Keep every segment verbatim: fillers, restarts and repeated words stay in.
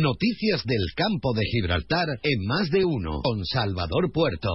Noticias del campo de Gibraltar en Más de Uno, con Salvador Puerto.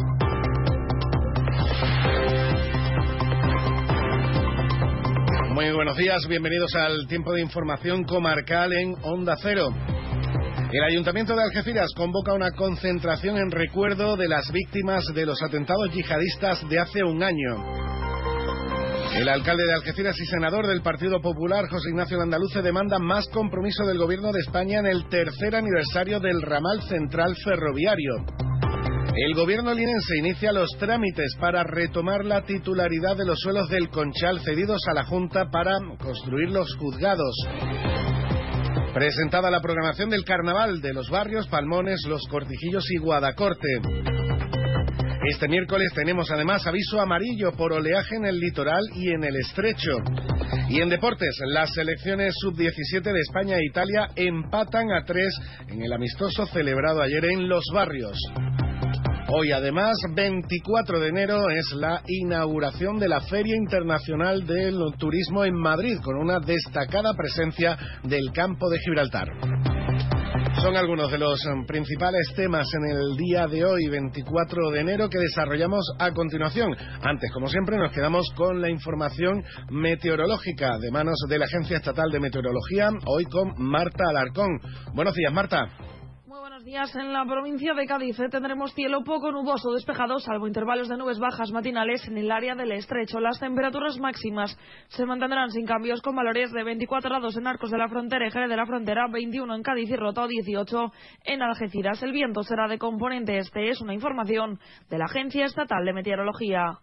Muy buenos días, bienvenidos al tiempo de información comarcal en Onda Cero. El Ayuntamiento de Algeciras convoca una concentración en recuerdo de las víctimas de los atentados yihadistas de hace un año. El alcalde de Algeciras y senador del Partido Popular, José Ignacio Landaluce, demanda más compromiso del Gobierno de España en el tercer aniversario del ramal central ferroviario. El Gobierno linense inicia los trámites para retomar la titularidad de los suelos del Conchal cedidos a la Junta para construir los juzgados. Presentada la programación del Carnaval de los barrios Palmones, Los Cortijillos y Guadacorte. Este miércoles tenemos además aviso amarillo por oleaje en el litoral y en el estrecho. Y en deportes, las selecciones sub diecisiete de España e Italia empatan a tres en el amistoso celebrado ayer en Los Barrios. Hoy además, veinticuatro de enero, es la inauguración de la Feria Internacional del Turismo en Madrid, con una destacada presencia del campo de Gibraltar. Son algunos de los principales temas en el día de hoy, veinticuatro de enero, que desarrollamos a continuación. Antes, como siempre, nos quedamos con la información meteorológica de manos de la Agencia Estatal de Meteorología, hoy con Marta Alarcón. Buenos días, Marta. Buenos días. En la provincia de Cádiz eh, tendremos cielo poco nuboso despejado, salvo intervalos de nubes bajas matinales en el área del estrecho. Las temperaturas máximas se mantendrán sin cambios, con valores de veinticuatro grados en Arcos de la Frontera y Jerez de la Frontera, veintiuno en Cádiz y Rota, dieciocho en Algeciras. El viento será de componente este. Es una información de la Agencia Estatal de Meteorología.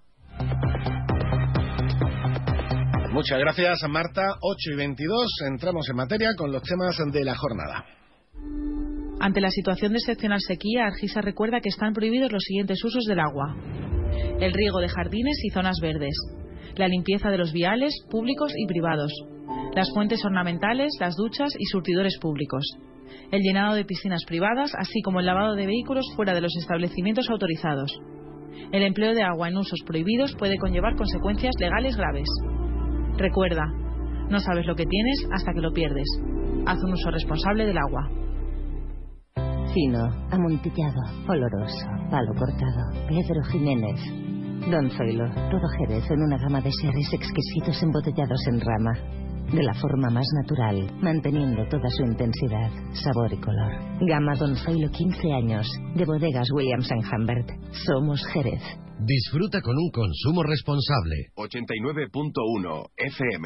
Muchas gracias, Marta. ocho y veintidós, entramos en materia con los temas de la jornada. Ante la situación de excepcional sequía, Argisa recuerda que están prohibidos los siguientes usos del agua: el riego de jardines y zonas verdes, la limpieza de los viales públicos y privados, las fuentes ornamentales, las duchas y surtidores públicos, el llenado de piscinas privadas, así como el lavado de vehículos fuera de los establecimientos autorizados. El empleo de agua en usos prohibidos puede conllevar consecuencias legales graves. Recuerda, no sabes lo que tienes hasta que lo pierdes. Haz un uso responsable del agua. Fino, amontillado, oloroso, palo cortado, Pedro Jiménez. Don Zoilo, todo Jerez en una gama de sherries exquisitos embotellados en rama. De la forma más natural, manteniendo toda su intensidad, sabor y color. Gama Don Zoilo quince años, de bodegas Williams and Humbert. Somos Jerez. Disfruta con un consumo responsable. ochenta y nueve punto uno F M.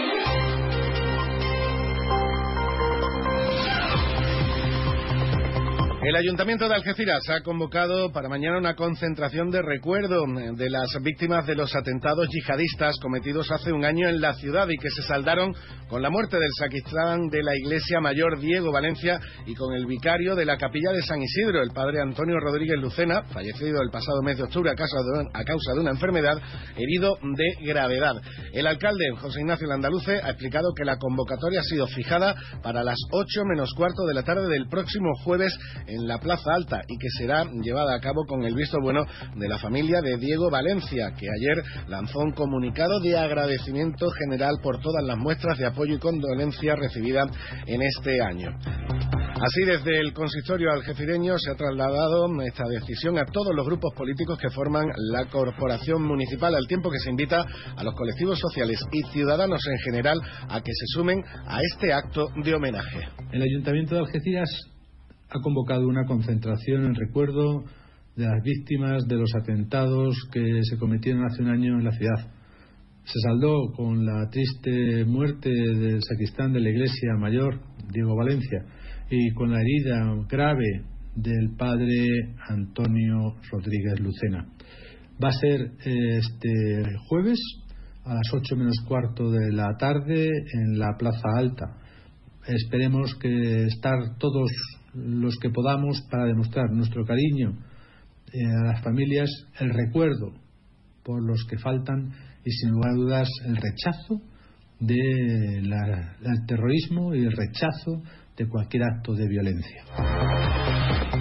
El Ayuntamiento de Algeciras ha convocado para mañana una concentración de recuerdo de las víctimas de los atentados yihadistas cometidos hace un año en la ciudad y que se saldaron con la muerte del sacristán de la Iglesia Mayor, Diego Valencia, y con el vicario de la Capilla de San Isidro, el padre Antonio Rodríguez Lucena, fallecido el pasado mes de octubre a causa de, a causa de una enfermedad, herido de gravedad. El alcalde, José Ignacio Landaluce, ha explicado que la convocatoria ha sido fijada para las ocho menos cuarto de la tarde del próximo jueves en la Plaza Alta y que será llevada a cabo con el visto bueno de la familia de Diego Valencia, que ayer lanzó un comunicado de agradecimiento general por todas las muestras de apoyo y condolencia recibidas en este año. Así, desde el consistorio algecireño se ha trasladado esta decisión a todos los grupos políticos que forman la corporación municipal, al tiempo que se invita a los colectivos sociales y ciudadanos en general a que se sumen a este acto de homenaje. El Ayuntamiento de Algeciras ha convocado una concentración en recuerdo de las víctimas de los atentados que se cometieron hace un año en la ciudad. Se saldó con la triste muerte del sacristán de la Iglesia Mayor, Diego Valencia, y con la herida grave del padre Antonio Rodríguez Lucena. Va a ser este jueves a las ocho menos cuarto de la tarde en la Plaza Alta. Esperemos que estar todos los que podamos para demostrar nuestro cariño eh, a las familias, el recuerdo por los que faltan y sin lugar a dudas el rechazo de la, del terrorismo y el rechazo de cualquier acto de violencia.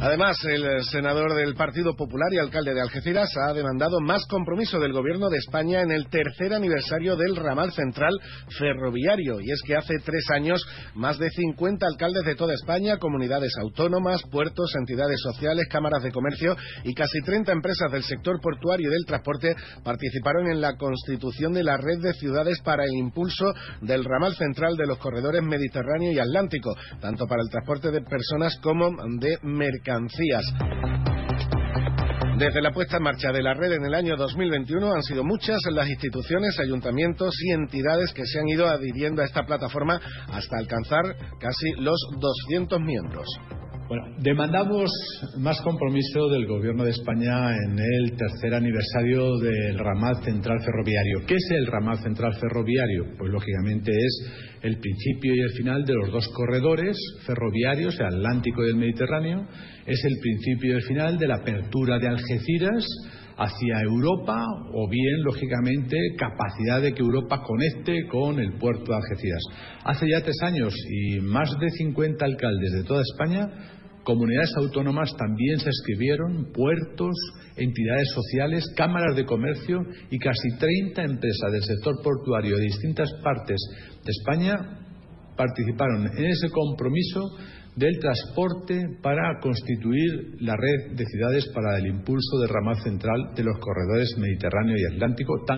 Además, el senador del Partido Popular y alcalde de Algeciras ha demandado más compromiso del Gobierno de España en el tercer aniversario del ramal central ferroviario. Y es que hace tres años, más de cincuenta alcaldes de toda España, comunidades autónomas, puertos, entidades sociales, cámaras de comercio y casi treinta empresas del sector portuario y del transporte participaron en la constitución de la red de ciudades para el impulso del ramal central de los corredores Mediterráneo y Atlántico, tanto para el transporte de personas como de mercancías. Desde la puesta en marcha de la red en el año dos mil veintiuno han sido muchas las instituciones, ayuntamientos y entidades que se han ido adhiriendo a esta plataforma hasta alcanzar casi los doscientos miembros. Bueno, demandamos más compromiso del Gobierno de España en el tercer aniversario del ramal central ferroviario. ¿Qué es el ramal central ferroviario? Pues lógicamente es el principio y el final de los dos corredores ferroviarios, el Atlántico y el Mediterráneo. Es el principio y el final de la apertura de Algeciras hacia Europa, o bien, lógicamente, capacidad de que Europa conecte con el puerto de Algeciras. Hace ya tres años y más de cincuenta alcaldes de toda España, comunidades autónomas también se inscribieron, puertos, entidades sociales, cámaras de comercio y casi treinta empresas del sector portuario de distintas partes de España participaron en ese compromiso del transporte para constituir la red de ciudades para el impulso del ramal central de los corredores Mediterráneo y Atlántico. Tan...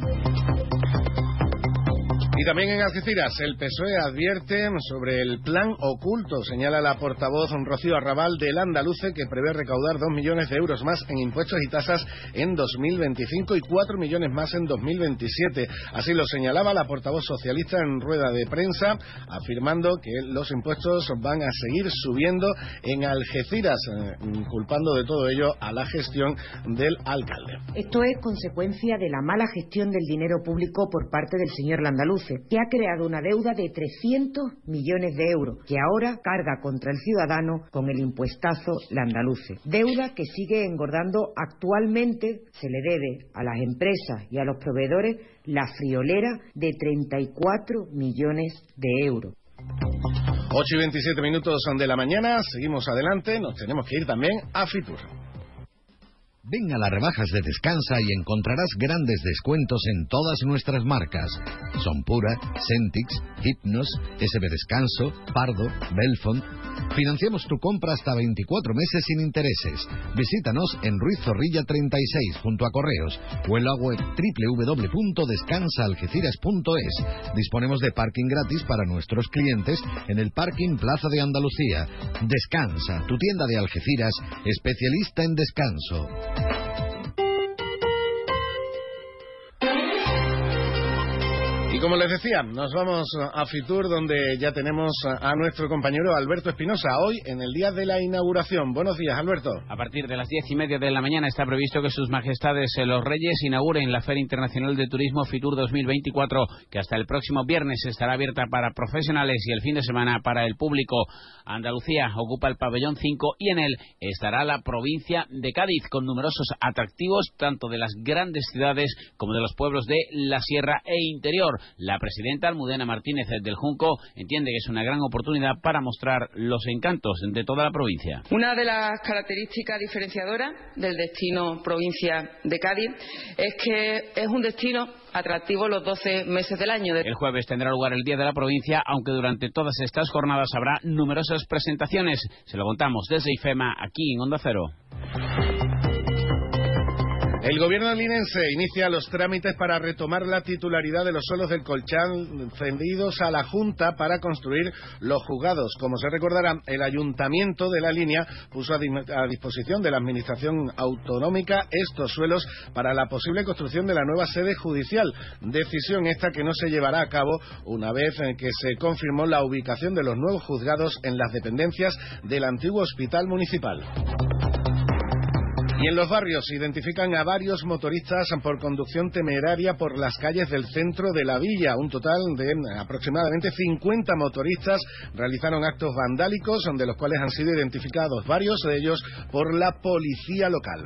Y también en Algeciras, el P S O E advierte sobre el plan oculto, señala la portavoz Rocío Arrabal del Andaluce, que prevé recaudar dos millones de euros más en impuestos y tasas en dos mil veinticinco y cuatro millones más en dos mil veintisiete. Así lo señalaba la portavoz socialista en rueda de prensa, afirmando que los impuestos van a seguir subiendo en Algeciras, eh, culpando de todo ello a la gestión del alcalde. Esto es consecuencia de la mala gestión del dinero público por parte del señor Landaluce, que ha creado una deuda de trescientos millones de euros, que ahora carga contra el ciudadano con el impuestazo Landaluce. Deuda que sigue engordando. Actualmente se le debe a las empresas y a los proveedores la friolera de treinta y cuatro millones de euros. ocho y veintisiete minutos de la mañana, seguimos adelante, nos tenemos que ir también a Fitur. Ven a las rebajas de Descansa y encontrarás grandes descuentos en todas nuestras marcas. Son Pura, Centix, Hypnos, S B Descanso, Pardo, Belfont. Financiamos tu compra hasta veinticuatro meses sin intereses. Visítanos en Ruiz Zorrilla treinta y seis junto a Correos o en la web doble u doble u doble u punto descansa algeciras punto es. Disponemos de parking gratis para nuestros clientes en el parking Plaza de Andalucía. Descansa, tu tienda de Algeciras, especialista en descanso. Y como les decía, nos vamos a Fitur, donde ya tenemos a nuestro compañero Alberto Espinosa, hoy en el día de la inauguración. Buenos días, Alberto. A partir de las diez y media de la mañana está previsto que sus majestades los reyes inauguren la Feria Internacional de Turismo Fitur dos mil veinticuatro, que hasta el próximo viernes estará abierta para profesionales y el fin de semana para el público. Andalucía ocupa el pabellón cinco y en él estará la provincia de Cádiz, con numerosos atractivos tanto de las grandes ciudades como de los pueblos de la sierra e interior. La presidenta Almudena Martínez del Junco entiende que es una gran oportunidad para mostrar los encantos de toda la provincia. Una de las características diferenciadoras del destino provincia de Cádiz es que es un destino atractivo los doce meses del año. El jueves tendrá lugar el Día de la Provincia, aunque durante todas estas jornadas habrá numerosas presentaciones. Se lo contamos desde IFEMA, aquí en Onda Cero. El gobierno linense inicia los trámites para retomar la titularidad de los suelos del Colchán cedidos a la Junta para construir los juzgados. Como se recordará, el ayuntamiento de la línea puso a, a disposición de la administración autonómica estos suelos para la posible construcción de la nueva sede judicial. Decisión esta que no se llevará a cabo una vez en que se confirmó la ubicación de los nuevos juzgados en las dependencias del antiguo hospital municipal. Y en los barrios se identifican a varios motoristas por conducción temeraria por las calles del centro de la villa. Un total de aproximadamente cincuenta motoristas realizaron actos vandálicos, de los cuales han sido identificados varios de ellos por la policía local.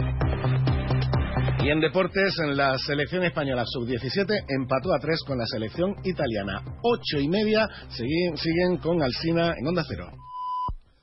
Y en deportes, en la selección española sub diecisiete empató a tres con la selección italiana. Ocho y media siguen, siguen con Alsina en Onda Cero.